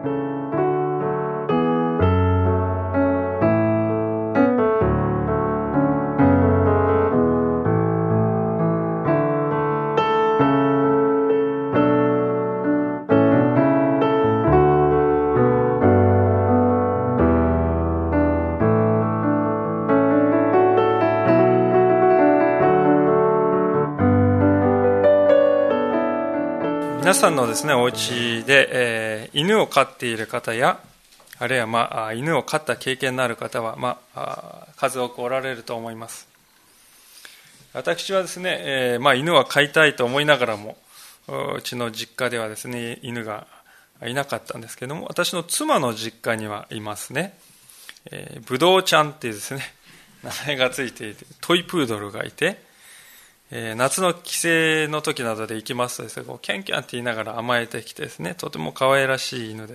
皆さんのですね、お家で、犬を飼っている方や、あるいは、犬を飼った経験のある方は、数多くおられると思います。私はですね、犬は飼いたいと思いながらも、うちの実家ではですね、犬がいなかったんですけども、私の妻の実家にはいますね。ぶどうちゃんっていうですね、名前がついていて、トイプードルがいて、夏の帰省の時などで行きますとですね、キャンキャンって言いながら甘えてきてですね、とても可愛らしい犬です。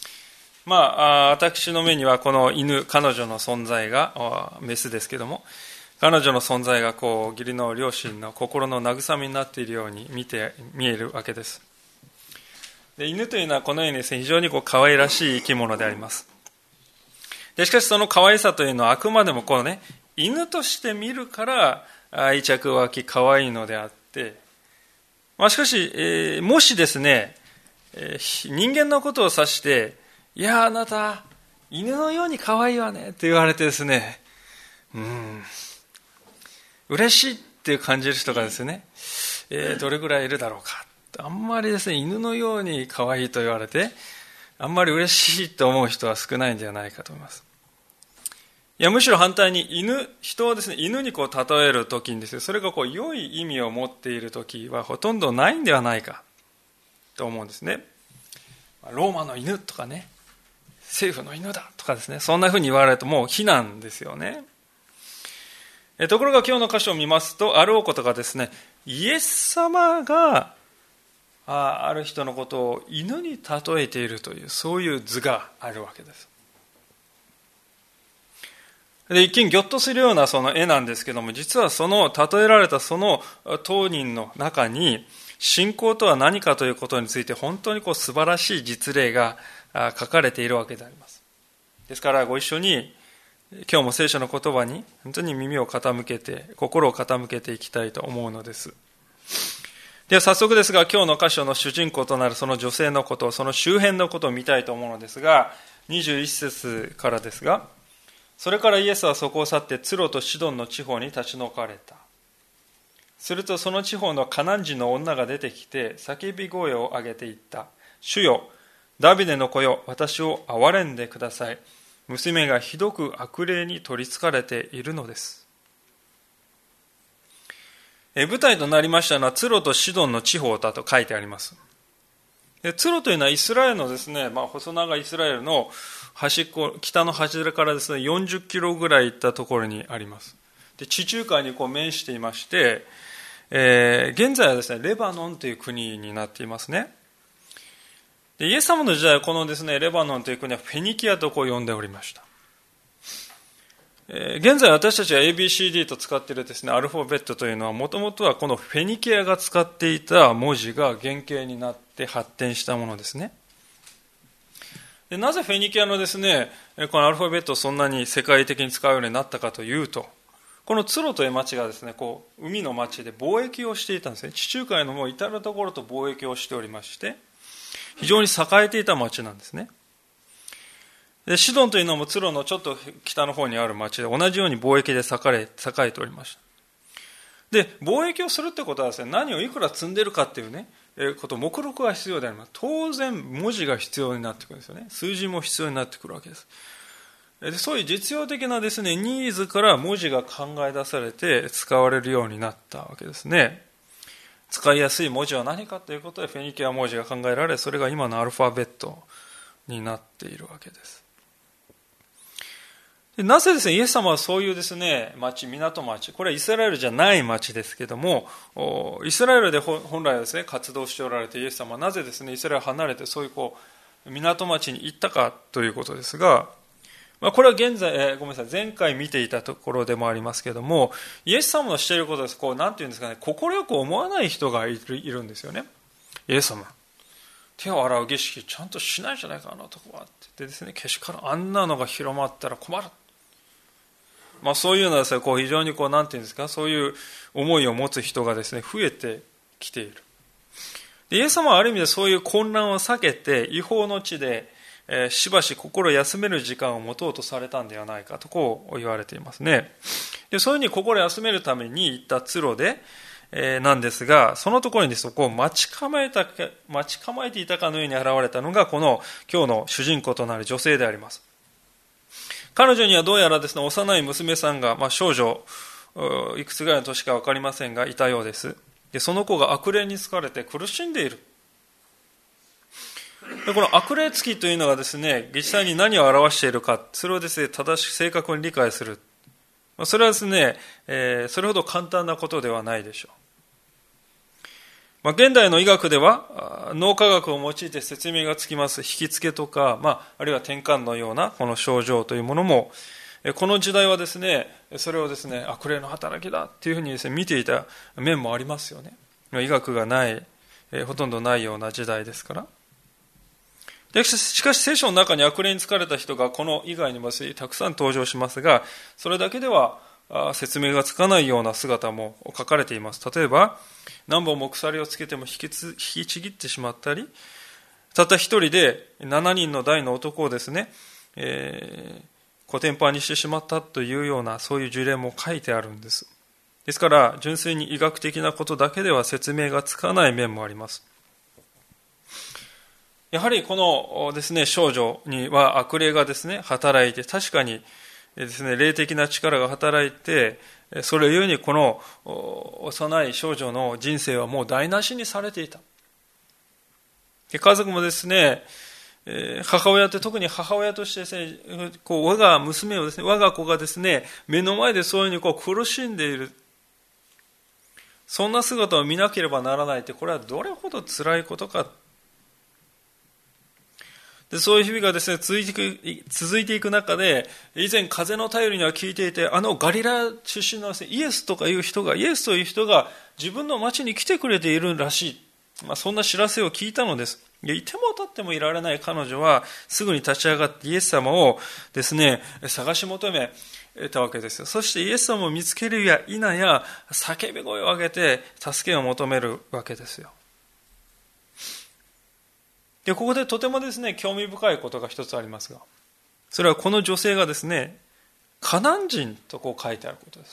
私の目にはこの犬、彼女の存在が、メスですけども、彼女の存在が義理の両親の心の慰めになっているように見えるわけです。で、犬というのはこのようにですね、非常に可愛らしい生き物であります。で、しかしその可愛さというのはあくまでも犬として見るから愛着湧き可愛いのであって、しかし、もしですね、人間のことを指して、いやあなた犬のように可愛いわねって言われてですね、嬉しいって感じる人がですね、どれぐらいいるだろうか。あんまりですね、犬のように可愛いと言われて、あんまり嬉しいと思う人は少ないんではないかと思います。いや、むしろ反対に人をですね、犬に例えるときにですね、それが良い意味を持っているときはほとんどないんではないかと思うんですね。ローマの犬とかね、政府の犬だとかですね、そんな風に言われるともう非難ですよね。ところが今日の箇所を見ますと、あろうことがですね、イエス様がある人のことを犬に例えているという、そういう図があるわけです。で、一見ぎょっとするようなその絵なんですけども、実はその例えられたその当人の中に、信仰とは何かということについて本当に素晴らしい実例が書かれているわけであります。ですからご一緒に今日も聖書の言葉に本当に耳を傾けて、心を傾けていきたいと思うのです。では早速ですが、今日の箇所の主人公となるその女性のこと、その周辺のことを見たいと思うのですが、21節からですが、それからイエスはそこを去ってツロとシドンの地方に立ち退かれた。するとその地方のカナン人の女が出てきて叫び声を上げていった。主よ、ダビデの子よ、私を憐れんでください。娘がひどく悪霊に取りつかれているのです。舞台となりましたのはツロとシドンの地方だと書いてあります。ツロというのはイスラエルのですね、細長いイスラエルの端っこ、北の端からですね、40キロぐらい行ったところにあります。で、地中海に面していまして、現在はですね、レバノンという国になっていますね。で、イエス様の時代はこのですね、レバノンという国はフェニキアと呼んでおりました。現在私たちが ABCD と使っているですね、アルファベットというのはもともとはこのフェニキアが使っていた文字が原型になって発展したものですね。で、なぜフェニキアのですね、このアルファベットをそんなに世界的に使うようになったかというと、このツロという町がですね、海の町で貿易をしていたんですね。地中海のもう至るところと貿易をしておりまして、非常に栄えていた町なんですね。で、シドンというのもツロのちょっと北の方にある町で、同じように貿易で栄えておりました。で、貿易をするってことはですね、何をいくら積んでるかっていうね、目録が必要であります。当然文字が必要になってくるんですよね。数字も必要になってくるわけです。で、そういう実用的なですね、ニーズから文字が考え出されて使われるようになったわけですね。使いやすい文字は何かということでフェニキア文字が考えられ、それが今のアルファベットになっているわけです。で、なぜですね、イエス様はそういうですね、港町、これはイスラエルじゃない町ですけども、イスラエルで本来はですね、活動しておられてイエス様はなぜですね、イスラエルを離れてそういう港町に行ったかということですが、これは前回見ていたところでもありますけども、イエス様のしていることです。なんていうんですかね、快く思わない人がいるんですよね。イエス様、 手を洗う儀式ちゃんとしないじゃないか、あの男はって言ってですね、けしからん、あんなのが広まったら困る。そういうようなですね、非常になんていうんですか、そういう思いを持つ人がですね、増えてきている。でイエス様はある意味でそういう混乱を避けて、違法の地で、しばし心を休める時間を持とうとされたんではないかと言われていますね。でそういうふうに心を休めるために行った通路で、なんですが、そのところにですね、待ち構えていたかのように現れたのが、この今日の主人公となる女性であります。彼女にはどうやらですね、幼い娘さんが、少女、いくつぐらいの年か分かりませんが、いたようです。でその子が悪霊に疲れて苦しんでいる。でこの悪霊つきというのがですね、実際に何を表しているか、それをですね、正しく正確に理解する。それはですね、それほど簡単なことではないでしょう。現代の医学では脳科学を用いて説明がつきます引きつけとか、あるいは転換のようなこの症状というものも、この時代はですね、それをですね、悪霊の働きだというふうにですね、見ていた面もありますよね。医学がない、ほとんどないような時代ですから。しかし聖書の中に悪霊に疲れた人がこの以外にもたくさん登場しますが、それだけでは説明がつかないような姿も書かれています。例えば何本も鎖をつけても引きちぎってしまったり、たった一人で7人の大の男をですね、コテンパンにしてしまったというような、そういう事例も書いてあるんです。ですから純粋に医学的なことだけでは説明がつかない面もあります。やはりこのですね、少女には悪霊がですね、働いて、確かにですね、霊的な力が働いて、それゆえにこの幼い少女の人生はもう台無しにされていた。家族もですね、母親って特に母親としてですね、我が娘をですね、我が子がですね、目の前でそういうふうに苦しんでいる。そんな姿を見なければならないって、これはどれほど辛いことか。でそういう日々がですね、続いていく中で、以前風の便りには聞いていて、ガリラ出身のですね、イエスという人が自分の町に来てくれているらしい。そんな知らせを聞いたのです。いても立ってもいられない彼女は、すぐに立ち上がってイエス様をですね、探し求めたわけですよ。そしてイエス様を見つけるや否や、叫び声を上げて助けを求めるわけですよ。でここでとてもですね、興味深いことが一つありますが、それはこの女性がですね、カナン人と書いてあることです。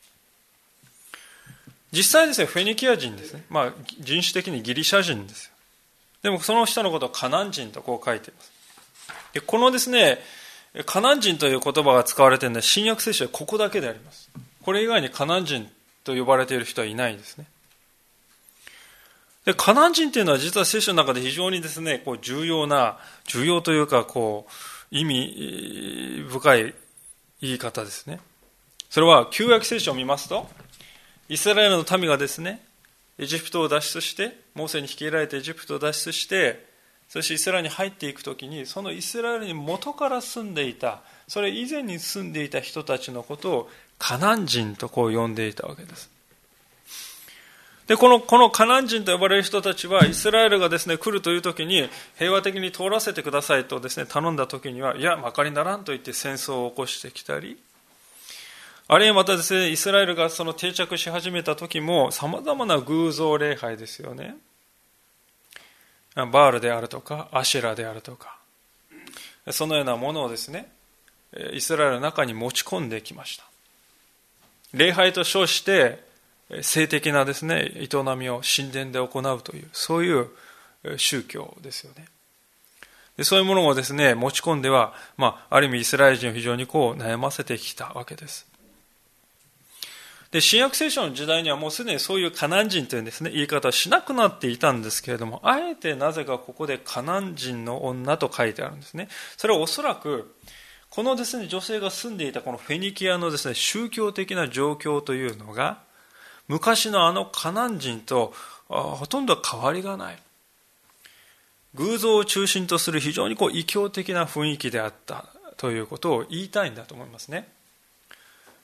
実際ですね、フェニキア人ですね。人種的にギリシャ人ですよ。でもその人のことをカナン人と書いています。でこのですね、カナン人という言葉が使われているのは新約聖書でここだけであります。これ以外にカナン人と呼ばれている人はいないんですね。でカナン人というのは実は聖書の中で非常にですね、重要というか意味深い言い方ですね。それは旧約聖書を見ますと、イスラエルの民がですね、エジプトを脱出して、モーセに率いられてエジプトを脱出して、そしてイスラエルに入っていくときに、そのイスラエルに元から住んでいた、それ以前に住んでいた人たちのことをカナン人と呼んでいたわけです。でこのカナン人と呼ばれる人たちは、イスラエルがですね、来るというときに平和的に通らせてくださいとですね、頼んだときには、いや、まかりならんと言って戦争を起こしてきたり、あるいはまたですね、イスラエルがその定着し始めた時も様々な偶像礼拝ですよね。バールであるとかアシェラであるとか、そのようなものをですね、イスラエルの中に持ち込んできました。礼拝と称して性的なですね、営みを神殿で行うという、そういう宗教ですよね。でそういうものをですね、持ち込んでは、ある意味イスラエル人を非常に悩ませてきたわけです。で新約聖書の時代にはもうすでにそういうカナン人というですね、言い方をしなくなっていたんですけれども、あえてなぜかここでカナン人の女と書いてあるんですね。それはおそらくこのですね、女性が住んでいたこのフェニキアのですね、宗教的な状況というのが昔のカナン人とほとんど変わりがない、偶像を中心とする非常に異教的な雰囲気であったということを言いたいんだと思いますね。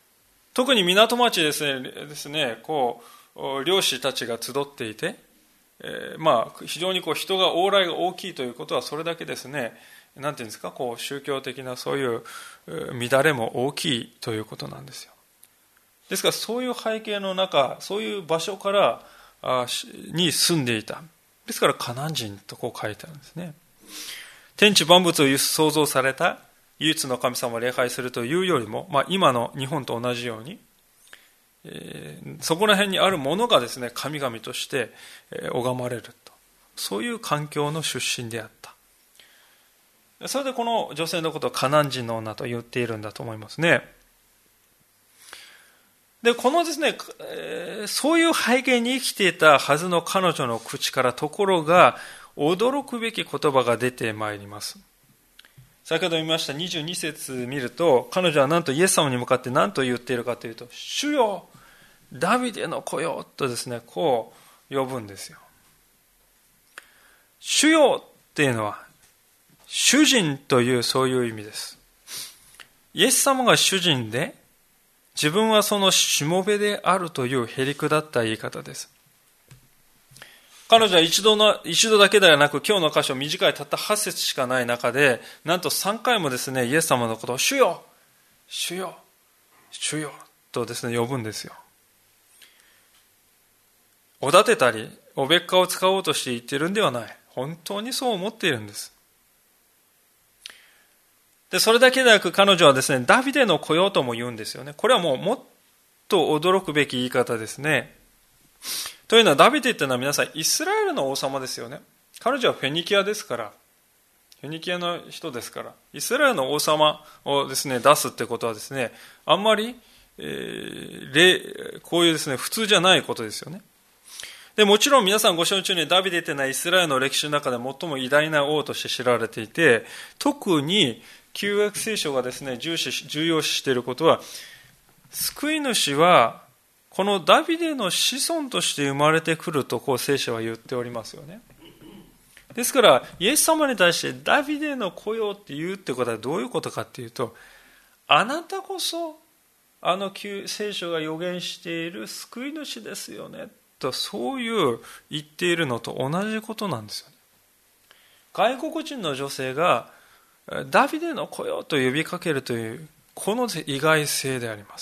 特に港町ですね、漁師たちが集っていて、 非常に人が往来が大きいということはそれだけですね、なんていうんですか、宗教的なそういう乱れも大きいということなんですよ。ですからそういう背景の中、そういう場所からに住んでいた。ですからカナン人と書いてあるんですね。天地万物を創造された唯一の神様を礼拝するというよりも、今の日本と同じように、そこら辺にあるものがですね、神々として拝まれると、そういう環境の出身であった。それでこの女性のことをカナン人の女と言っているんだと思いますね。で、このですね、そういう背景に生きていたはずの彼女の口からところが驚くべき言葉が出てまいります。先ほど見ました22節見ると、彼女はなんとイエス様に向かって何と言っているかというと、主よ、ダビデの子よとですね、こう呼ぶんですよ。主よっていうのは主人というそういう意味です。イエス様が主人で、自分はそのしもべであるというへりくだった言い方です。彼女は一度だけではなく、今日の箇所短いたった8節しかない中で、なんと3回もですね、イエス様のことを主よ、主よ、主よとですね、呼ぶんですよ。おだてたり、おべっかを使おうとして言っているんではない。本当にそう思っているんです。で、それだけでなく彼女はですね、ダビデの子よとも言うんですよね。これはもっと驚くべき言い方ですね。というのは、ダビデっていうのは皆さんイスラエルの王様ですよね。彼女はフェニキアですから、フェニキアの人ですから、イスラエルの王様をですね、出すってことはですね、あんまり、こういうですね、普通じゃないことですよね。で、もちろん皆さんご承知のようにダビデっていうのはイスラエルの歴史の中で最も偉大な王として知られていて、特に旧約聖書がですね、重要視していることは、救い主はこのダビデの子孫として生まれてくると聖書は言っておりますよね。ですからイエス様に対してダビデの子よって言うってことはどういうことかっていうと、あなたこそ聖書が予言している救い主ですよねと、そういう言っているのと同じことなんですよね。外国人の女性がダビデの子よと呼びかけるというこの意外性であります。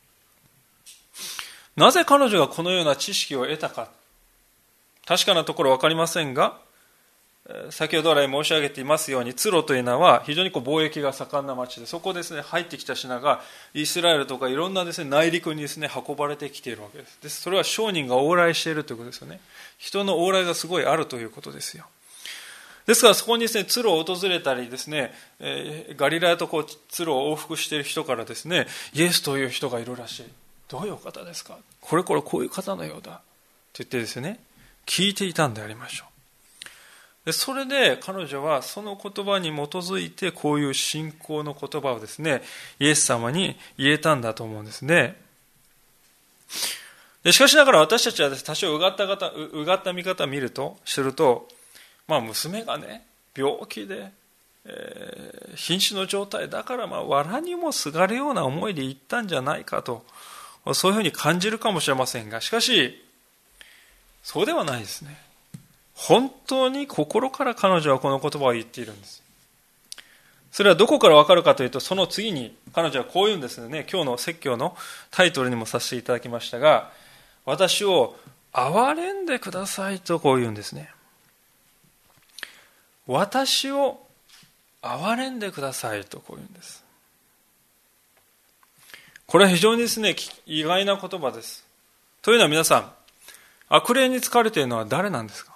なぜ彼女がこのような知識を得たか、確かなところ分かりませんが、先ほど来申し上げていますように、ツロというのは非常に貿易が盛んな町で、そこですね、入ってきた品がイスラエルとかいろんなですね、内陸にですね、運ばれてきているわけです。それは商人が往来しているということですよね。人の往来がすごいあるということですよ。ですからそこにですね、ツロを訪れたりですね、ガリラヤとツロを往復している人からですね、イエスという人がいるらしい。どういう方ですか？こういう方のようだ。と言ってですね、聞いていたんでありましょう。で、それで彼女はその言葉に基づいてこういう信仰の言葉をですね、イエス様に言えたんだと思うんですね。でしかしながら私たちは多少うがった見方をすると、娘がね、病気で、瀕死の状態だから、藁にもすがるような思いで言ったんじゃないかと、そういうふうに感じるかもしれませんが、しかしそうではないですね。本当に心から彼女はこの言葉を言っているんです。それはどこからわかるかというと、その次に彼女はこう言うんですね。今日の説教のタイトルにもさせていただきましたが、私を憐れんでくださいとこう言うんですね。私を憐れんでくださいとこう言うんです。これは非常にですね、意外な言葉です。というのは皆さん、悪霊に疲れているのは誰なんですか？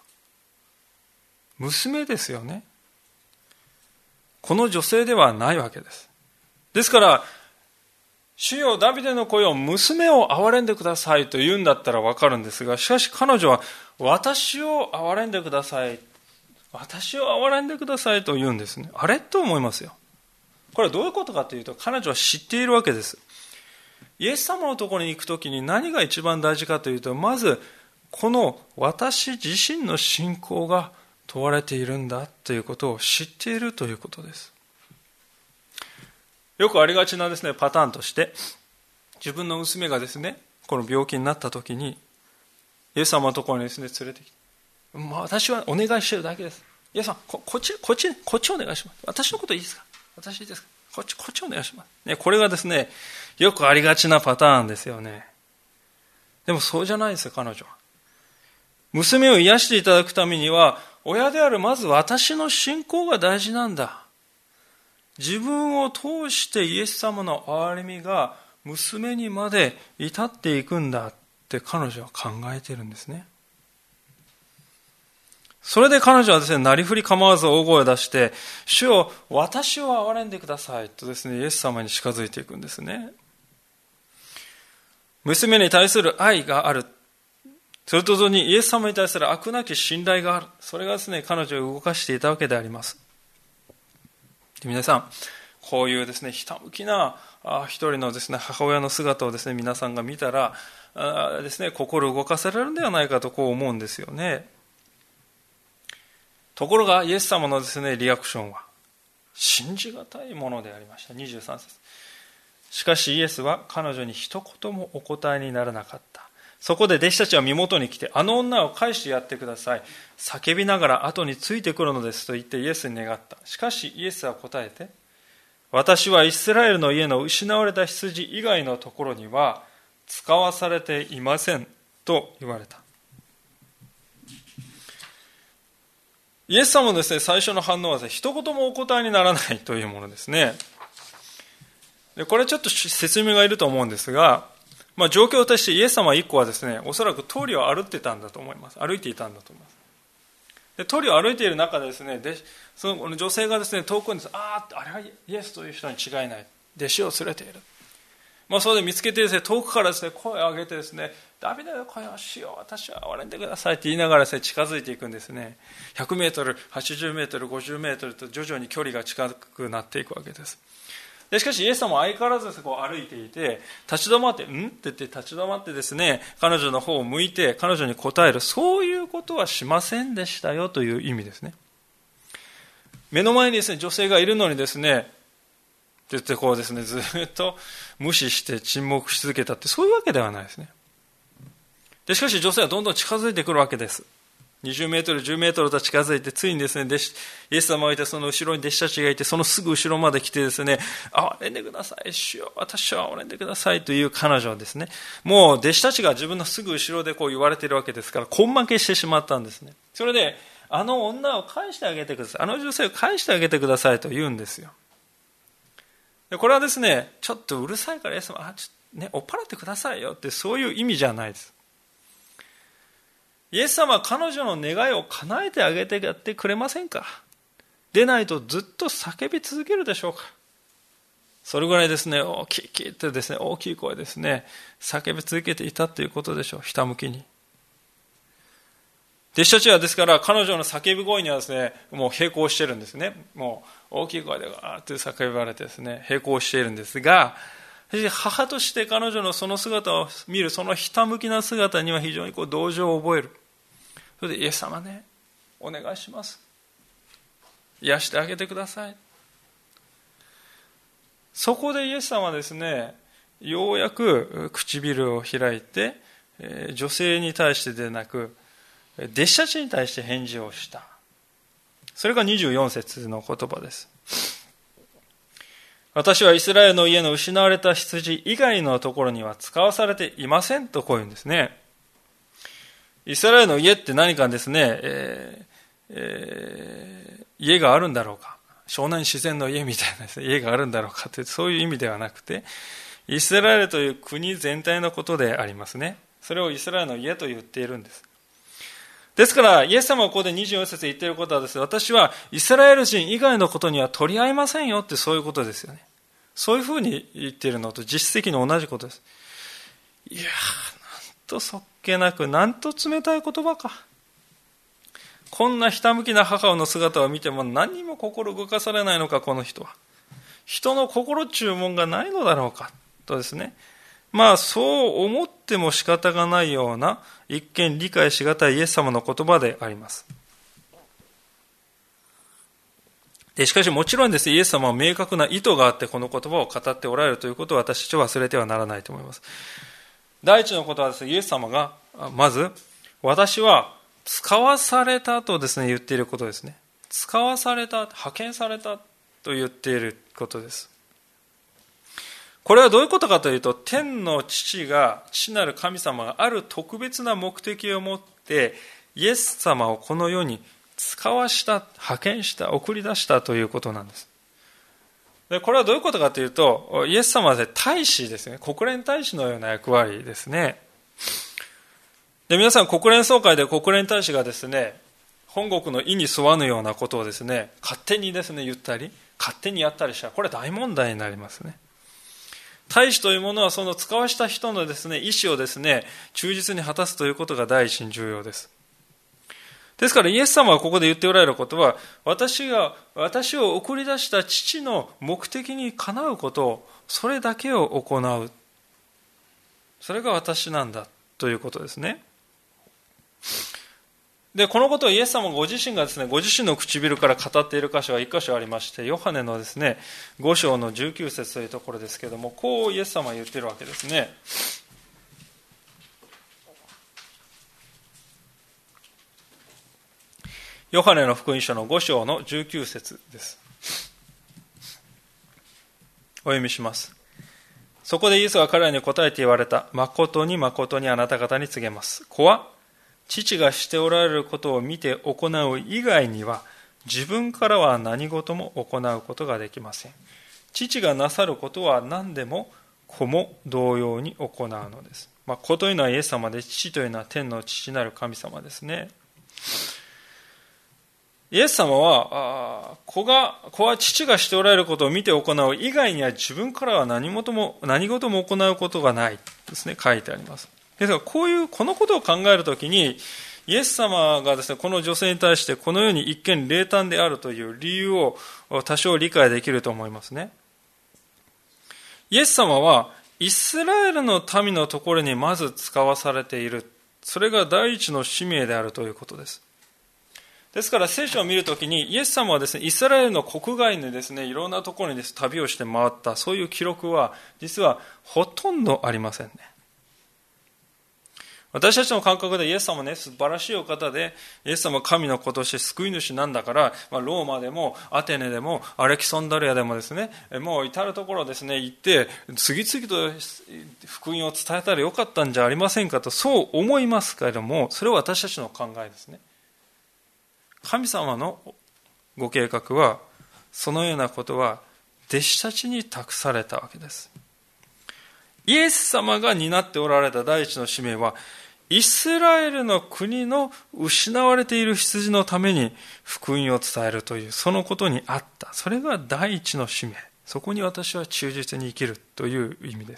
娘ですよね。この女性ではないわけです。ですから、主よダビデの子よ、娘を憐れんでくださいと言うんだったらわかるんですが、しかし彼女は私を憐れんでください、私を憐れんでくださいと言うんですね。あれと思いますよ。これはどういうことかというと、彼女は知っているわけです。イエス様のところに行くときに何が一番大事かというと、まずこの私自身の信仰が問われているんだということを知っているということです。よくありがちなですね、パターンとして、自分の娘がですね、この病気になったときにイエス様のところにですね、連れてきて、 私はお願いしてるだけです。イエス様、こっちお願いします。私のこといいですか？私いいですか？こっちお願いします。ね、これがですね、よくありがちなパターンですよね。でもそうじゃないですよ、彼女は。娘を癒していただくためには、親であるまず私の信仰が大事なんだ。自分を通してイエス様の憐れみが娘にまで至っていくんだって彼女は考えているんですね。それで彼女はですね、なりふり構わず大声を出して、主よ、私を憐れんでくださいとですね、イエス様に近づいていくんですね。娘に対する愛がある。それと同時にイエス様に対する飽くなき信頼がある。それがですね、彼女を動かしていたわけであります。皆さん、こういうですね、ひたむきな一人のですね、母親の姿をですね、皆さんが見たらですね、心動かされるんではないかとこう思うんですよね。ところがイエス様のですね、リアクションは信じがたいものでありました。23節。しかしイエスは彼女に一言もお答えにならなかった。そこで弟子たちは身元に来て、あの女を返してやってください。叫びながら後についてくるのですと言ってイエスに願った。しかしイエスは答えて、私はイスラエルの家の失われた羊以外のところには使わされていませんと言われた。イエス様のですね、最初の反応はですね、一言もお答えにならないというものですね。で、これちょっと説明がいると思うんですが、状況としてイエス様一個はですね、おそらく通りを歩いていたんだと思います。歩いていたんだと思います。で、通りを歩いている中でですね、その女性がですね、遠くにですね、あれはイエスという人に違いない。弟子を連れている。それで見つけてですね、遠くからですね、声を上げてですね、ダビデの声をしよう、私は憐れんでくださいって言いながらですね、近づいていくんですね。100メートル、80メートル、50メートルと徐々に距離が近くなっていくわけです。でしかしイエス様は相変わらずですね、こう歩いていて、立ち止まって、って言って立ち止まってですね、彼女の方を向いて彼女に答える、そういうことはしませんでしたよという意味ですね。目の前にですね、女性がいるのにですね、って言ってこうですね、ずっと無視して沈黙し続けたって、そういうわけではないですね。でしかし女性はどんどん近づいてくるわけです。20メートル、10メートルと近づいて、ついにですね、イエス様がいて、その後ろに弟子たちがいて、そのすぐ後ろまで来てですね、憐れんでください、主よ、私は憐れんでくださいという彼女はですね、もう弟子たちが自分のすぐ後ろでこう言われているわけですから、根負けしてしまったんですね。それで、あの女を返してあげてください、あの女性を返してあげてくださいと言うんですよ。でこれはですね、ちょっとうるさいからイエス様、追っ払ってくださいよってそういう意味じゃないです。イエス様は彼女の願いを叶えてあげてやってくれませんか？でないとずっと叫び続けるでしょうか？それぐらいですね、大きいってですね、大きい声ですね、叫び続けていたということでしょう、ひたむきに。弟子たちはですから彼女の叫び声にはですね、もう並行しているんですね。もう大きい声でガーッと叫ばれてですね、並行しているんですが、母として彼女のその姿を見る、そのひたむきな姿には非常に同情を覚える。それでイエス様ね、お願いします。癒してあげてください。そこでイエス様はですね、ようやく唇を開いて、女性に対してでなく、弟子たちに対して返事をした。それが24節の言葉です。私はイスラエルの家の失われた羊以外のところには使わされていませんとこう言うんですね。イスラエルの家って何かですね、家があるんだろうか、湘南自然の家みたいなですね、家があるんだろうかというそういう意味ではなくて、イスラエルという国全体のことでありますね。それをイスラエルの家と言っているんです。ですからイエス様がここで24節で言っていることはですね、私はイスラエル人以外のことには取り合いませんよってそういうことですよね。そういうふうに言っているのと実質的に同じことです。いやー、なんとそっけなく、なんと冷たい言葉か。こんなひたむきな母の姿を見ても何にも心動かされないのか、この人は。人の心注文がないのだろうかとですね、そう思っても仕方がないような一見理解しがたいイエス様の言葉であります。でしかしもちろんですね、イエス様は明確な意図があってこの言葉を語っておられるということを私たちは忘れてはならないと思います。第一のことはですね、イエス様がまず私は使わされたとですね、言っていることですね。使わされた、派遣されたと言っていることです。これはどういうことかというと、天の父なる神様がある特別な目的を持って、イエス様をこの世に使わした、派遣した、送り出したということなんです。でこれはどういうことかというと、イエス様は大使ですね。国連大使のような役割ですね。で皆さん、国連総会で国連大使がですね、本国の意に沿わぬようなことをですね、勝手にですね、言ったり、勝手にやったりしたら、これは大問題になりますね。大使というものはその使わした人のですね、意思をですね、忠実に果たすということが第一に重要です。ですからイエス様はここで言っておられることは、私を送り出した父の目的にかなうことを、それだけを行う。それが私なんだということですね。で、このことをイエス様ご自身がですね、ご自身の唇から語っている箇所が一箇所ありまして、ヨハネのですね、5章の19節というところですけれども、こうイエス様は言っているわけですね。ヨハネの福音書の5章の19節です。お読みします。そこでイエスは彼らに答えて言われた。誠に誠にあなた方に告げます。子は父がしておられることを見て行う以外には、自分からは何事も行うことができません。父がなさることは何でも子も同様に行うのです。子というのはイエス様で、父というのは天の父なる神様ですね。イエス様は子は父がしておられることを見て行う以外には、自分からは何事も行うことがないですね、書いてあります。ですからこのことを考えるときに、イエス様がですね、この女性に対してこのように一見冷淡であるという理由を多少理解できると思いますね。イエス様はイスラエルの民のところにまず使わされている。それが第一の使命であるということです。ですから聖書を見るときに、イエス様はですね、イスラエルの国外にですね、いろんなところにですね、旅をして回った、そういう記録は実はほとんどありませんね。私たちの感覚でイエス様はね、素晴らしいお方で、イエス様は神の子として救い主なんだから、ローマでもアテネでもアレキサンドリアでもですね、もう至るところですね、行って次々と福音を伝えたらよかったんじゃありませんかと、そう思いますけれども、それは私たちの考えですね。神様のご計画は、そのようなことは弟子たちに託されたわけです。イエス様が担っておられた第一の使命は、イスラエルの国の失われている羊のために福音を伝えるという、そのことにあった。それが第一の使命。そこに私は忠実に生きるという意味です。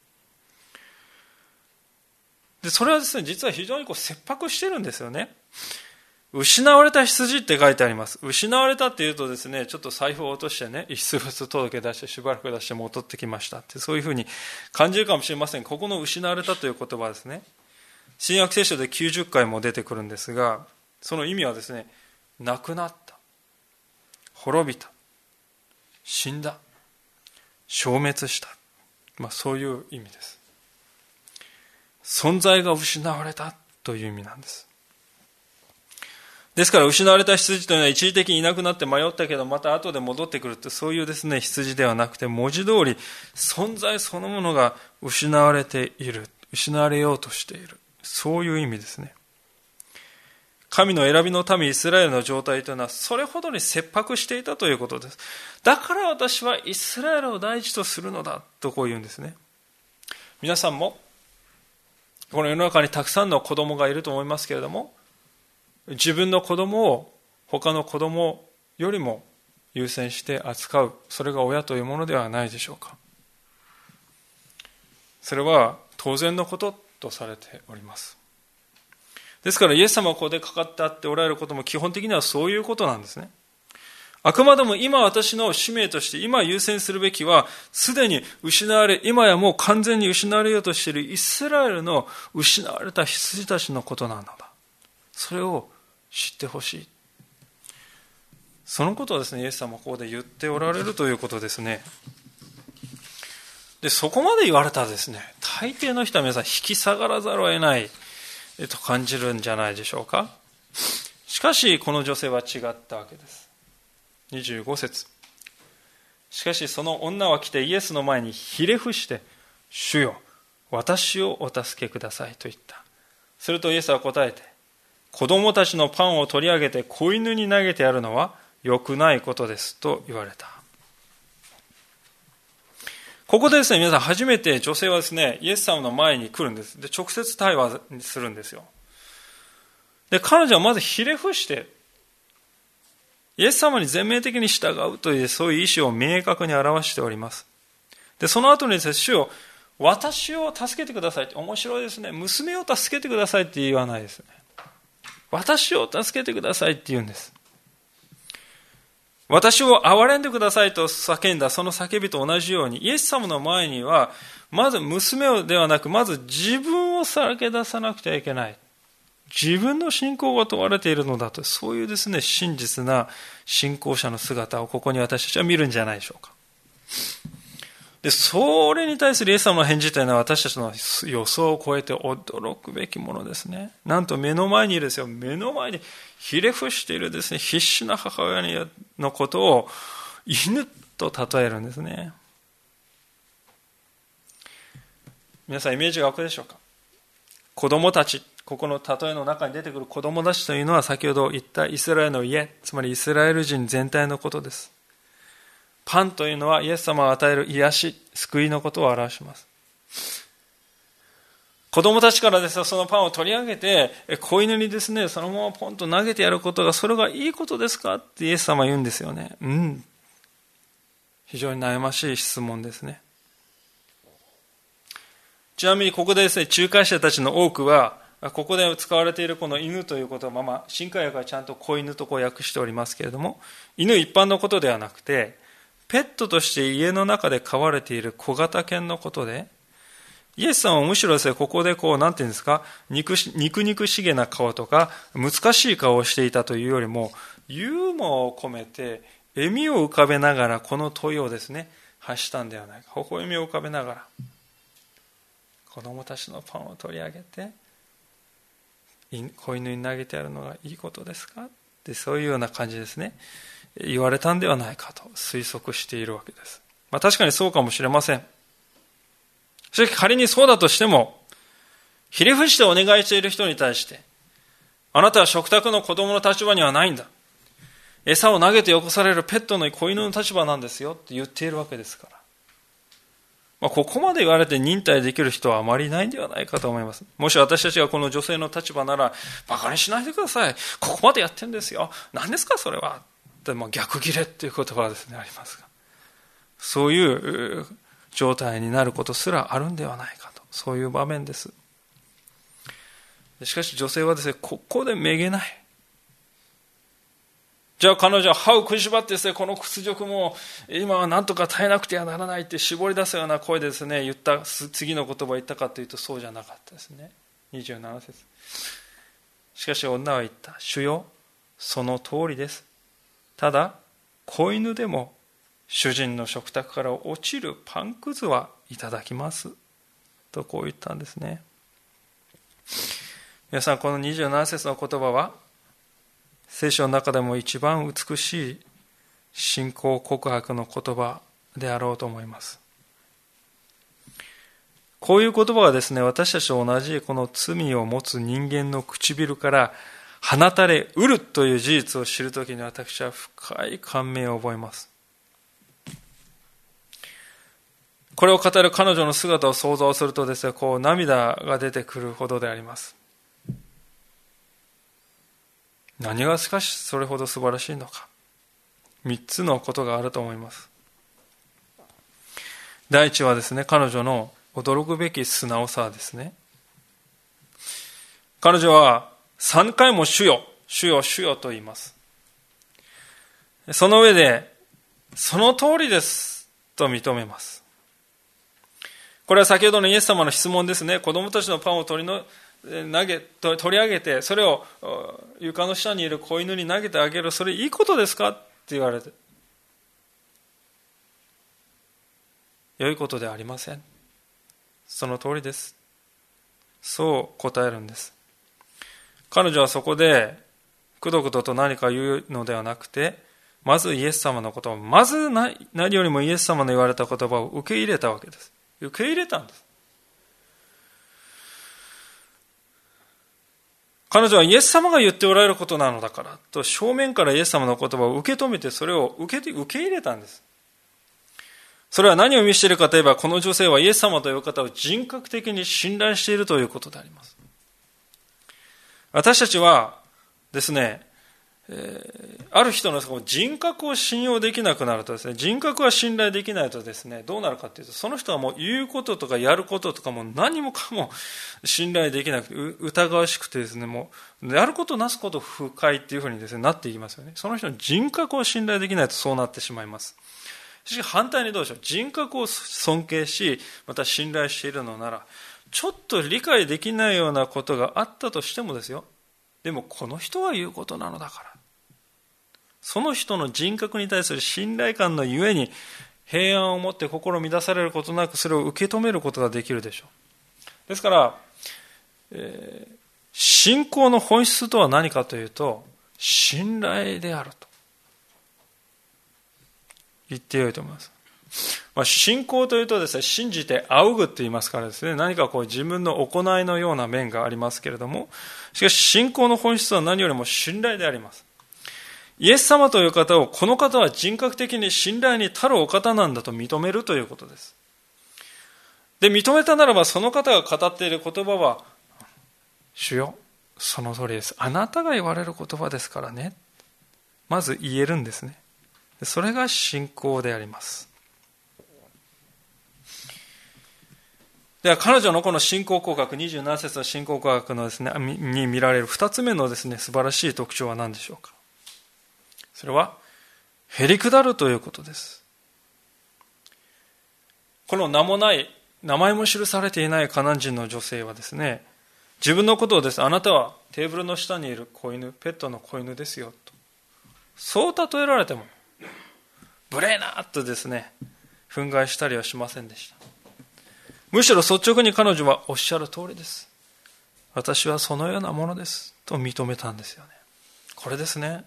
で、それはですね、実は非常に切迫してるんですよね。失われた羊って書いてあります。失われたっていうとですね、ちょっと財布を落としてね、遺物届出してしばらく出して戻ってきましたって、そういうふうに感じるかもしれません。ここの失われたという言葉ですね、新約聖書で90回も出てくるんですが、その意味はですね、亡くなった、滅びた、死んだ、消滅した、そういう意味です。存在が失われたという意味なんです。ですから失われた羊というのは一時的にいなくなって迷ったけどまた後で戻ってくるって、そういうですね、羊ではなくて、文字通り存在そのものが失われている、失われようとしている、そういう意味ですね。神の選びの民イスラエルの状態というのはそれほどに切迫していたということです。だから私はイスラエルを第一とするのだとこう言うんですね。皆さんもこの世の中にたくさんの子供がいると思いますけれども、自分の子供を他の子供よりも優先して扱う、それが親というものではないでしょうか。それは当然のこととされております。ですからイエス様がここでかかってあっておられることも基本的にはそういうことなんですね。あくまでも今私の使命として今優先するべきは、すでに失われ、今やもう完全に失われようとしているイスラエルの失われた羊たちのことなのだ。それを知ってほしい。そのことをですね、イエス様はここで言っておられるということですね。で、そこまで言われたらですね、大抵の人は皆さん引き下がらざるを得ない。 と感じるんじゃないでしょうか。しかしこの女性は違ったわけです。25節。しかしその女は来てイエスの前にひれ伏して、主よ、私をお助けくださいと言った。するとイエスは答えて、子供たちのパンを取り上げて子犬に投げてやるのは良くないことですと言われた。ここでですね、皆さん初めて女性はですね、イエス様の前に来るんです。で、直接対話するんですよ。で、彼女はまずひれ伏して、イエス様に全面的に従うという、そういう意思を明確に表しております。で、その後にですね、主よ、私を助けてくださいって、面白いですね。娘を助けてくださいって言わないですね。私を助けてくださいって言うんです。私を憐れんでくださいと叫んだその叫びと同じように、イエス様の前には、まず娘をではなく、まず自分をさらけ出さなくてはいけない。自分の信仰が問われているのだと、そういうですね、真実な信仰者の姿をここに私たちは見るんじゃないでしょうか。で、それに対するイエス様の返事というのは私たちの予想を超えて驚くべきものですね。なんと目の前にいるですよ、目の前にひれ伏しているですね、必死な母親のことを犬と例えるんですね。皆さんイメージが湧くでしょうか。子供たち、ここの例えの中に出てくる子供たちというのは先ほど言ったイスラエルの家、つまりイスラエル人全体のことです。パンというのはイエス様が与える癒し、救いのことを表します。子供たちからですね、そのパンを取り上げて、子犬にですね、そのままポンと投げてやることが、それがいいことですかってイエス様は言うんですよね。非常に悩ましい質問ですね。ちなみにここでですね、仲介者たちの多くは、ここで使われているこの犬ということは、新海訳はちゃんと子犬と訳しておりますけれども、犬一般のことではなくて、ペットとして家の中で飼われている小型犬のことで、イエス様はむしろですね、ここでなんていうんですか、肉々しげな顔とか、難しい顔をしていたというよりも、ユーモアを込めて、笑みを浮かべながら、この問いをですね、発したんではないか。微笑みを浮かべながら、子供たちのパンを取り上げて、子犬に投げてやるのがいいことですかって、そういうような感じですね。言われたんではないかと推測しているわけです。確かにそうかもしれません。しかし仮にそうだとしても、ひれ伏してお願いしている人に対して、あなたは食卓の子供の立場にはないんだ。餌を投げてよこされるペットの子犬の立場なんですよって言っているわけですから。ここまで言われて忍耐できる人はあまりいないんではないかと思います。もし私たちがこの女性の立場なら、馬鹿にしないでください。ここまでやってるんですよ。何ですかそれは。逆ギレっていう言葉はですね、ありますが。そういう状態になることすらあるんではないかと。そういう場面です。しかし女性はですね、ここでめげない。じゃあ彼女は歯を食いしばってですね、この屈辱も今は何とか耐えなくてはならないって絞り出すような声でですね、言った次の言葉を言ったかというとそうじゃなかったですね。27節。しかし女は言った。主よ、その通りです。ただ、子犬でも主人の食卓から落ちるパンくずはいただきます。とこう言ったんですね。皆さん、この27節の言葉は、聖書の中でも一番美しい信仰告白の言葉であろうと思います。こういう言葉がですね、私たちと同じこの罪を持つ人間の唇から放たれうるという事実を知るときに私は深い感銘を覚えます。これを語る彼女の姿を想像するとですね、涙が出てくるほどであります。何がしかしそれほど素晴らしいのか。3つのことがあると思います。第一はですね、彼女の驚くべき素直さですね。彼女は3回も主よ、主よ、主よと言います。その上で、その通りですと認めます。これは先ほどのイエス様の質問ですね。子供たちのパンを取り上げて、それを床の下にいる子犬に投げてあげる、それいいことですかって言われて、良いことではありません。その通りです。そう答えるんです。 彼女はそこでくどくどと何か言うのではなくて、まずイエス様の言葉、まず何よりもイエス様の言われた言葉を受け入れたわけです。受け入れたんです。彼女はイエス様が言っておられることなのだからと正面からイエス様の言葉を受け止めて、それを受け入れたんです。それは何を意味しているかといえば、この女性はイエス様という方を人格的に信頼しているということであります。私たちはですね、ある人の人格を信用できなくなるとですね、人格は信頼できないとですね、どうなるかというと、その人はもう言うこととかやることとかも何もかも信頼できなくて、疑わしくてですね、もうやることなすこと不快っていうふうにですね、なっていきますよね。その人の人格を信頼できないとそうなってしまいます。しかし反対にどうでしょう。人格を尊敬し、また信頼しているのなら、ちょっと理解できないようなことがあったとしてもですよ、でもこの人が言うことなのだから、その人の人格に対する信頼感のゆえに平安を持って心乱されることなくそれを受け止めることができるでしょう。ですから、信仰の本質とは何かというと、信頼であると言ってよいと思います。信仰というとですね、信じて仰ぐと言いますからですね、何か自分の行いのような面がありますけれども、しかし信仰の本質は何よりも信頼であります。イエス様という方を、この方は人格的に信頼に足るお方なんだと認めるということです。で、認めたならば、その方が語っている言葉は、主よ、その通りです。あなたが言われる言葉ですからね。まず言えるんですね。それが信仰であります。では、彼女のこの信仰告白、27節の信仰告白のですね、に見られる2つ目のですね、素晴らしい特徴は何でしょうか。それは、へりくだるということです。この名もない、名前も記されていないカナン人の女性はですね、自分のことをですね、あなたはテーブルの下にいる子犬、ペットの子犬ですよと。そう例えられても、無礼なとですね、憤慨したりはしませんでした。むしろ率直に彼女はおっしゃる通りです。私はそのようなものですと認めたんですよね。これですね。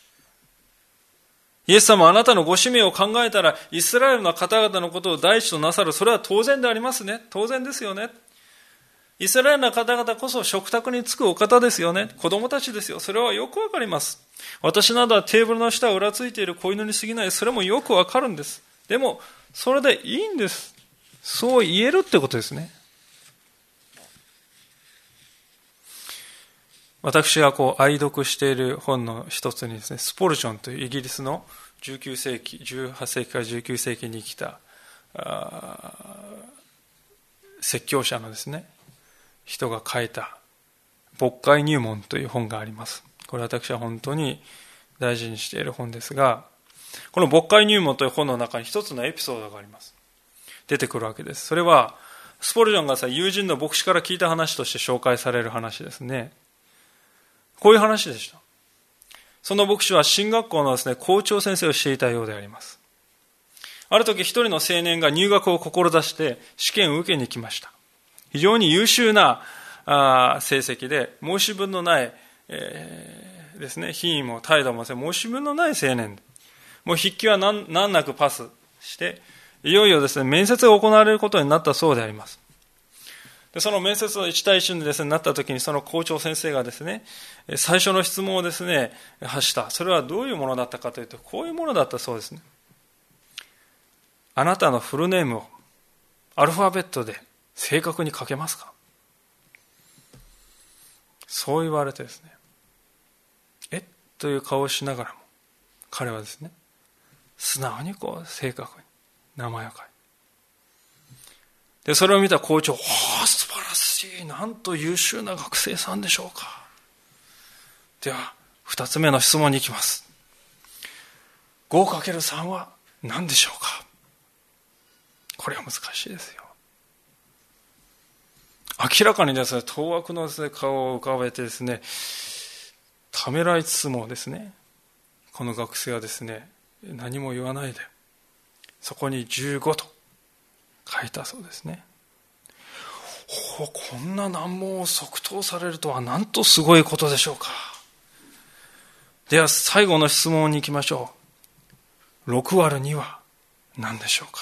イエス様はあなたのご使命を考えたら、イスラエルの方々のことを第一となさる。それは当然でありますね。当然ですよね。イスラエルの方々こそ食卓に就くお方ですよね。子供たちですよ。それはよくわかります。私などはテーブルの下をうらついている子犬に過ぎない。それもよくわかるんです。でも、それでいいんです。そう言えるってことですね。私が愛読している本の一つにですね、スポルジョンというイギリスの19世紀、18世紀から19世紀に生きた説教者のですね、人が書いた牧会入門という本があります。これ私は本当に大事にしている本ですが、この牧会入門という本の中に一つのエピソードがあります。出てくるわけです。それはスポルジョンが友人の牧師から聞いた話として紹介される話ですね。こういう話でした。その牧師は進学校のですね、校長先生をしていたようであります。ある時一人の青年が入学を志して試験を受けに来ました。非常に優秀な成績で申し分のない、ですね、品位も態度も申し分のない青年。もう筆記は難なくパスして、いよいよですね、面接が行われることになったそうであります。でその面接の1対1にですね、なった時にその校長先生がですね、最初の質問をですね、発した。それはどういうものだったかというと、こういうものだったそうですね。あなたのフルネームをアルファベットで正確に書けますか？そう言われてですね、という顔をしながらも、彼はですね、素直に正確に名前を書いて、でそれを見た校長、素晴らしい、なんと優秀な学生さんでしょうか。では2つ目の質問に行きます。 5×3 は何でしょうか。これは難しいですよ。明らかにですね、当惑のですね、顔を浮かべてですね、ためらいつつもですね、この学生はですね、何も言わないで、そこに15と書いたそうですね。 こんな難問を即答されるとはなんとすごいことでしょうか。では最後の質問に行きましょう。6割る2は何でしょうか。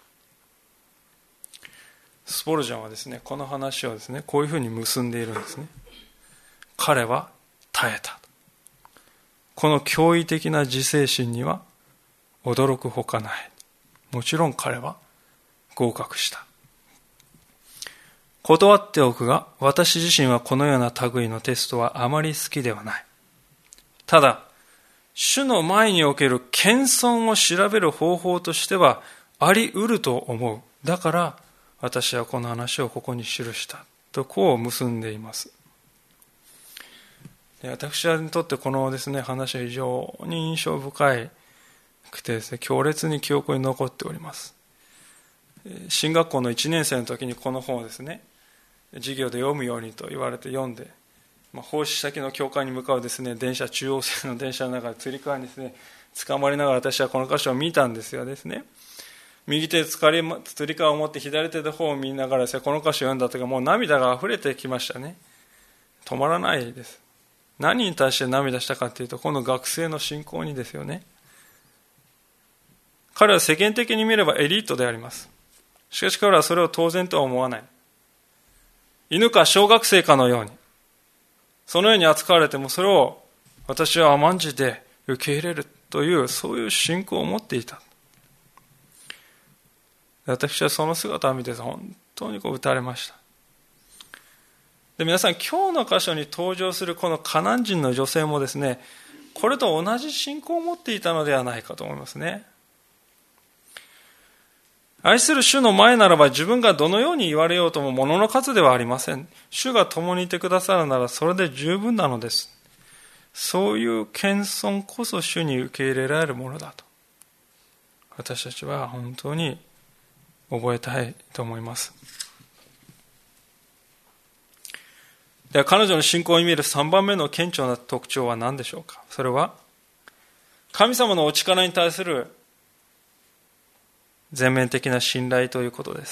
スポルジャンはですね、この話をですね、こういうふうに結んでいるんですね。彼は耐えた。この驚異的な自制心には驚くほかない。もちろん彼は合格した。断っておくが、私自身はこのような類のテストはあまり好きではない。ただ、主の前における謙遜を調べる方法としてはあり得ると思う。だから私はこの話をここに記したとこう結んでいます。私にとってこのですね、話は非常に印象深くてですね、強烈に記憶に残っております。進学校の1年生の時にこの本をですね、授業で読むようにと言われて読んで、奉仕先の教会に向かうですね、中央線の電車の中でつり革にですね、捕まりながら私はこの箇所を見たんですよですね。右手でつり革を持って左手で本を見ながらですね、この箇所を読んだ時もう涙が溢れてきましたね。止まらないです。何に対して涙したかというと、この学生の信仰にですよね。彼は世間的に見ればエリートであります。しかし彼はそれを当然とは思わない。犬か小学生かのように、そのように扱われてもそれを私は甘んじて受け入れるという、そういう信仰を持っていた。私はその姿を見て本当に打たれました。で、皆さん、今日の箇所に登場するこのカナン人の女性もですね、これと同じ信仰を持っていたのではないかと思いますね。愛する主の前ならば自分がどのように言われようとも物の数ではありません。主が共にいてくださるならそれで十分なのです。そういう謙遜こそ主に受け入れられるものだと、私たちは本当に覚えたいと思います。では彼女の信仰を見る3番目の顕著な特徴は何でしょうか。それは神様のお力に対する全面的な信頼ということです。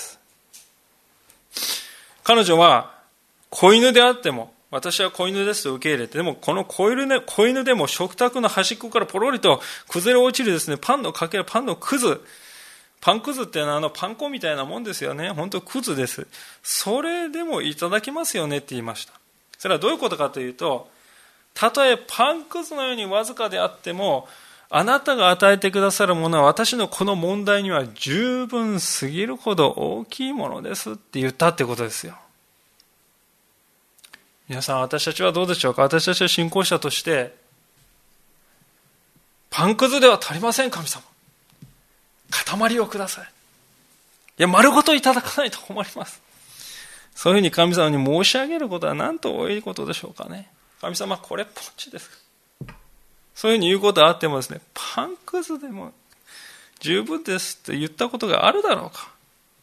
彼女は子犬であっても、私は子犬ですと受け入れて、でもこの子犬でも食卓の端っこからポロリと崩れ落ちるですね、パンのかけら、パンのくず、パンくずっていうのはパン粉みたいなもんですよね。本当くずです。それでもいただきますよねって言いました。それはどういうことかというと、たとえパンくずのようにわずかであっても、あなたが与えてくださるものは私のこの問題には十分すぎるほど大きいものですって言ったってことですよ。皆さん、私たちはどうでしょうか。私たちは信仰者としてパンくずでは足りません。神様、塊をください。いや、丸ごといただかないと困ります。そういうふうに神様に申し上げることは何と多いことでしょうかね。神様、これっぽっちです。そういうふうに言うことはあってもですね、パンくずでも十分ですって言ったことがあるだろうか。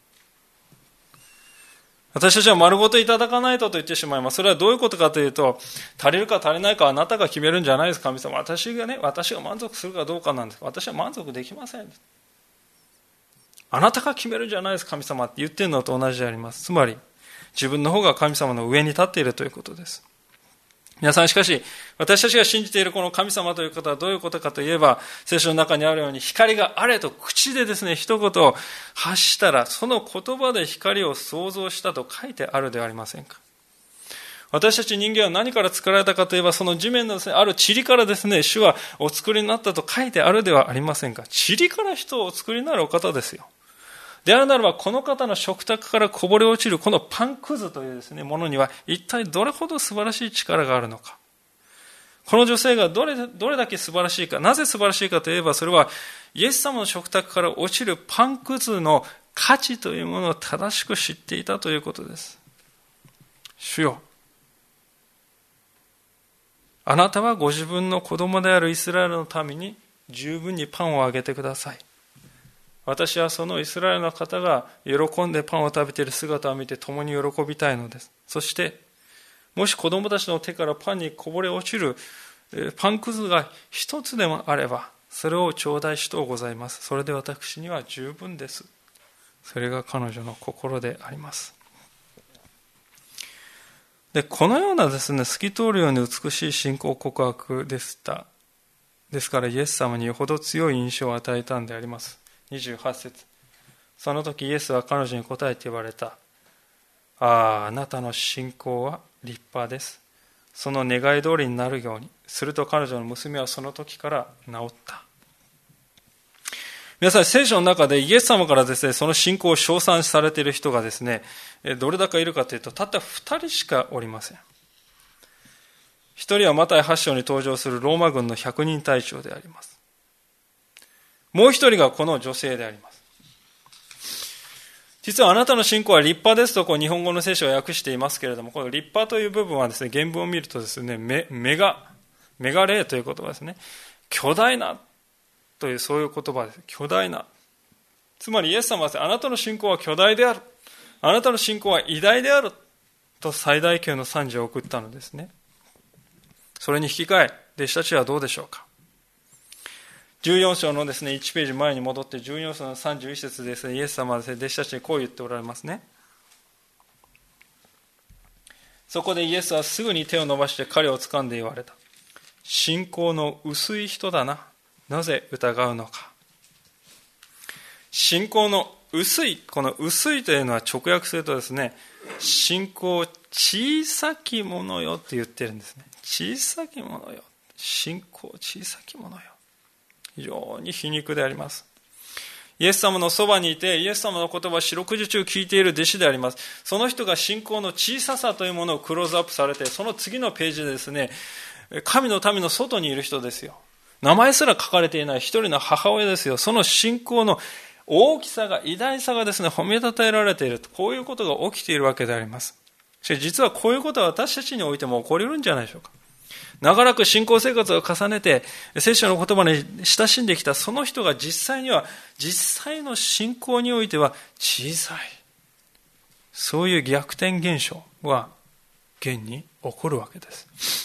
私たちは丸ごといただかないとと言ってしまいます。それはどういうことかというと、足りるか足りないかはあなたが決めるんじゃないです。神様、私が満足するかどうかなんです。私は満足できません。あなたが決めるんじゃないです。神様って言ってるのと同じであります。つまり自分の方が神様の上に立っているということです。皆さん、しかし私たちが信じているこの神様ということはどういうことかといえば、聖書の中にあるように、光があれと口でですね、一言を発したら、その言葉で光を創造したと書いてあるではありませんか。私たち人間は何から作られたかといえば、その地面のですね、ある塵からですね、主はお作りになったと書いてあるではありませんか。塵から人をお作りになるお方ですよ。であるならば、この方の食卓からこぼれ落ちるこのパンくずというですね、ものには一体どれほど素晴らしい力があるのか。この女性がどれだけ素晴らしいか。なぜ素晴らしいかといえば、それはイエス様の食卓から落ちるパンくずの価値というものを正しく知っていたということです。主よ、あなたはご自分の子供であるイスラエルのために十分にパンをあげてください。私はそのイスラエルの方が喜んでパンを食べている姿を見て共に喜びたいのです。そしてもし子供たちの手からパンにこぼれ落ちるパンくずが一つでもあれば、それを頂戴しとうございます。それで私には十分です。それが彼女の心であります。 で、このようなですね、透き通るように美しい信仰告白でした。ですからイエス様によほど強い印象を与えたんであります。28節。その時イエスは彼女に答えて言われた。あなたの信仰は立派です。その願い通りになるように。すると彼女の娘はその時から治った。皆さん、聖書の中でイエス様からですね、その信仰を称賛されている人がですね、どれだけいるかというと、たった2人しかおりません。1人はマタイ8章に登場するローマ軍の100人隊長であります。もう1人がこの女性であります。実はあなたの信仰は立派ですと日本語の聖書は訳していますけれども、この立派という部分はですね、原文を見るとですね、メガレーという言葉ですね。巨大なというそういう言葉です。巨大な。つまりイエス様はですね、あなたの信仰は巨大である。あなたの信仰は偉大である。と最大級の賛辞を送ったのですね。それに引き換え、弟子たちはどうでしょうか。14章のですね、1ページ前に戻って14章の31節ですね、イエス様はですね、弟子たちにこう言っておられますね。そこでイエスはすぐに手を伸ばして彼を掴んで言われた。信仰の薄い人だな。なぜ疑うのか。信仰の薄い、この薄いというのは直訳するとですね、信仰小さきものよって言ってるんですね。小さきものよ。信仰小さきものよ。非常に皮肉であります。イエス様のそばにいて、イエス様の言葉を四六時中聞いている弟子であります。その人が信仰の小ささというものをクローズアップされて、その次のページでですね、神の民の外にいる人ですよ。名前すら書かれていない一人の母親ですよ。その信仰の大きさが、偉大さがですね、褒めたたえられている。こういうことが起きているわけであります。しかし実はこういうことは私たちにおいても起こり得るんじゃないでしょうか。長らく信仰生活を重ねて、聖書の言葉に親しんできたその人が実際の信仰においては小さい。そういう逆転現象は現に起こるわけです。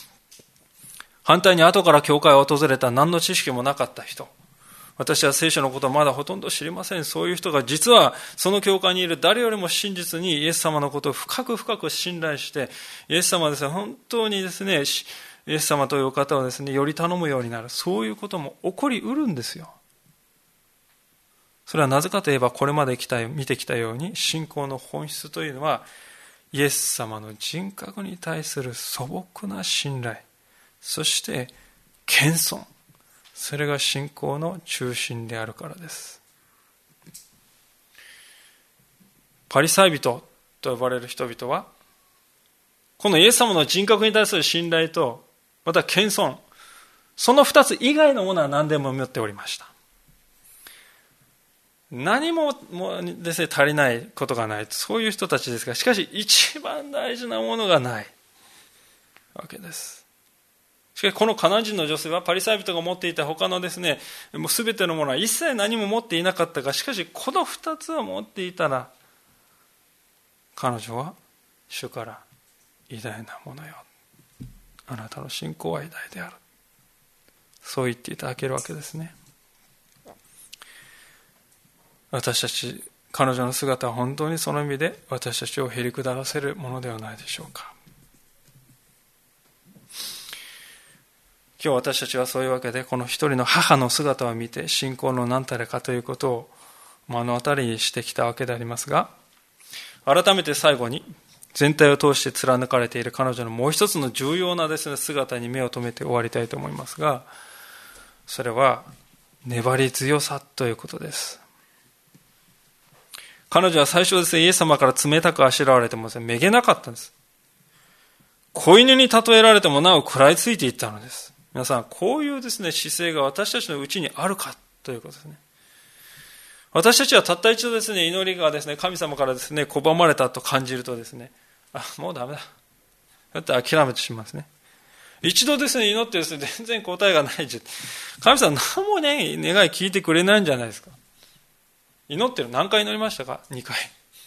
反対に後から教会を訪れた何の知識もなかった人。私は聖書のことをまだほとんど知りません。そういう人が実はその教会にいる誰よりも真実にイエス様のことを深く深く信頼して、イエス様はですね、本当にですね、イエス様という方をですね、より頼むようになる。そういうことも起こりうるんですよ。それはなぜかといえば、これまで見てきたように、信仰の本質というのは、イエス様の人格に対する素朴な信頼、そして謙遜、それが信仰の中心であるからです。パリサイ人と呼ばれる人々は、このイエス様の人格に対する信頼と、また謙遜、その二つ以外のものは何でも持っておりました。何もですね、足りないことがない、そういう人たちですが、しかし一番大事なものがないわけです。しかしこのカナン人の女性はパリサイ人が持っていた他のですね、もう全てのものは一切何も持っていなかったが、しかしこの二つを持っていたら、彼女は主から偉大なものよ、あなたの信仰は偉大である、そう言っていただけるわけですね。私たち、彼女の姿は本当にその意味で私たちをへり下らせるものではないでしょうか。今日私たちはそういうわけで、この一人の母の姿を見て信仰の何たれかということを目の当たりにしてきたわけでありますが、改めて最後に全体を通して貫かれている彼女のもう一つの重要なですね、姿に目を留めて終わりたいと思いますが、それは粘り強さということです。彼女は最初ですね、イエス様から冷たくあしらわれてもですね、めげなかったんです。子犬に例えられてもなお食らいついていったのです。皆さん、こういうですね、姿勢が私たちのうちにあるかということですね。私たちはたった一度ですね、祈りがですね、神様からですね、拒まれたと感じるとですね、もうダメだ。だって諦めてしまいますね。一度ですね、祈ってですね、全然答えがない。神様何もね、願い聞いてくれないんじゃないですか。祈ってる。何回祈りましたか？ 2 回。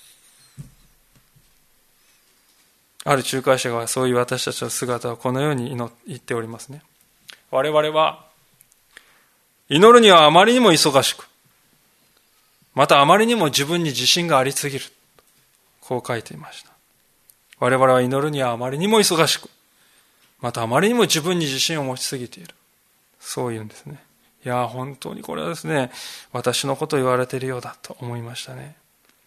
ある仲介者がそういう私たちの姿をこのように言っておりますね。我々は祈るにはあまりにも忙しく、またあまりにも自分に自信がありすぎる。こう書いていました。 我々は祈るにはあまりにも忙しく、またあまりにも自分に自信を持ちすぎている。そう言うんですね。いや、本当にこれはですね、私のことを言われているようだと思いましたね。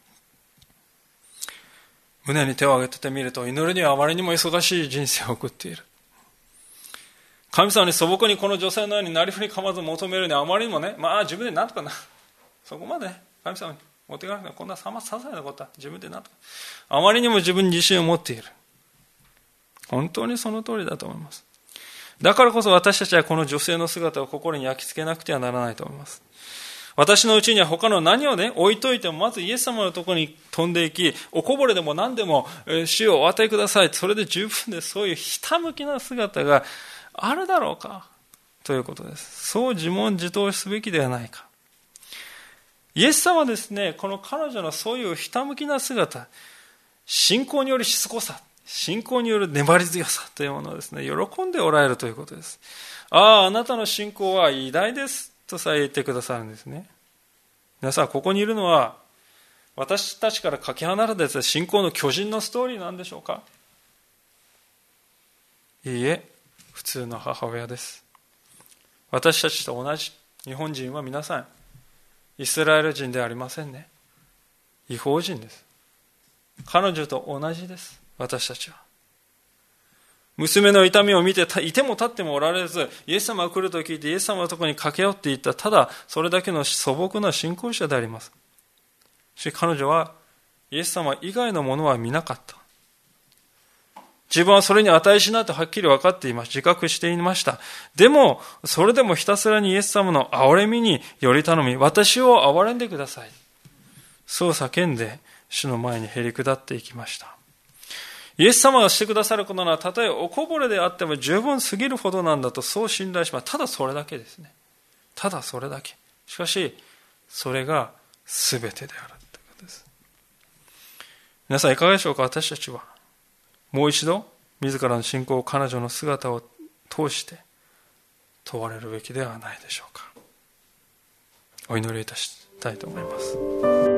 胸に手を挙げてみると、祈るにはあまりにも忙しい人生を送っている。神様に素朴にこの女性のようになりふり構わず求めるにはあまりにもね、自分でなんとかな。そこまでね、神様に持っていかなくても、こんな些細なことは自分でなんとか。あまりにも自分に自信を持っている。本当にその通りだと思います。だからこそ私たちはこの女性の姿を心に焼き付けなくてはならないと思います。私のうちには他の何をね、置いといても、まずイエス様のところに飛んでいき、おこぼれでも何でも、主をお与えください。それで十分です。そういうひたむきな姿があるだろうかということです。そう自問自答すべきではないか。イエス様はですね、この彼女のそういうひたむきな姿、信仰によるしつこさ、信仰による粘り強さというものをですね、喜んでおられるということです。あなたの信仰は偉大ですとさえ言ってくださるんですね。皆さん、ここにいるのは私たちからかけ離れた信仰の巨人のストーリーなんでしょうか。いいえ、普通の母親です。私たちと同じ。日本人は皆さんイスラエル人ではありませんね。異邦人です。彼女と同じです。私たちは娘の痛みを見ていても立ってもおられず、イエス様が来ると聞いてイエス様のところに駆け寄っていった、ただそれだけの素朴な信仰者であります。しかし彼女はイエス様以外のものは見なかった。自分はそれに値しないとはっきり分かっていました。自覚していました。でもそれでもひたすらにイエス様の憐れみにより頼み、私を憐れんでください、そう叫んで主の前にへり下っていきました。イエス様がしてくださることなら、たとえおこぼれであっても十分すぎるほどなんだと、そう信頼します。ただそれだけですね。ただそれだけ。しかしそれが全てであるということです。皆さんいかがでしょうか。私たちはもう一度自らの信仰を彼女の姿を通して問われるべきではないでしょうか。お祈りいたしたいと思います。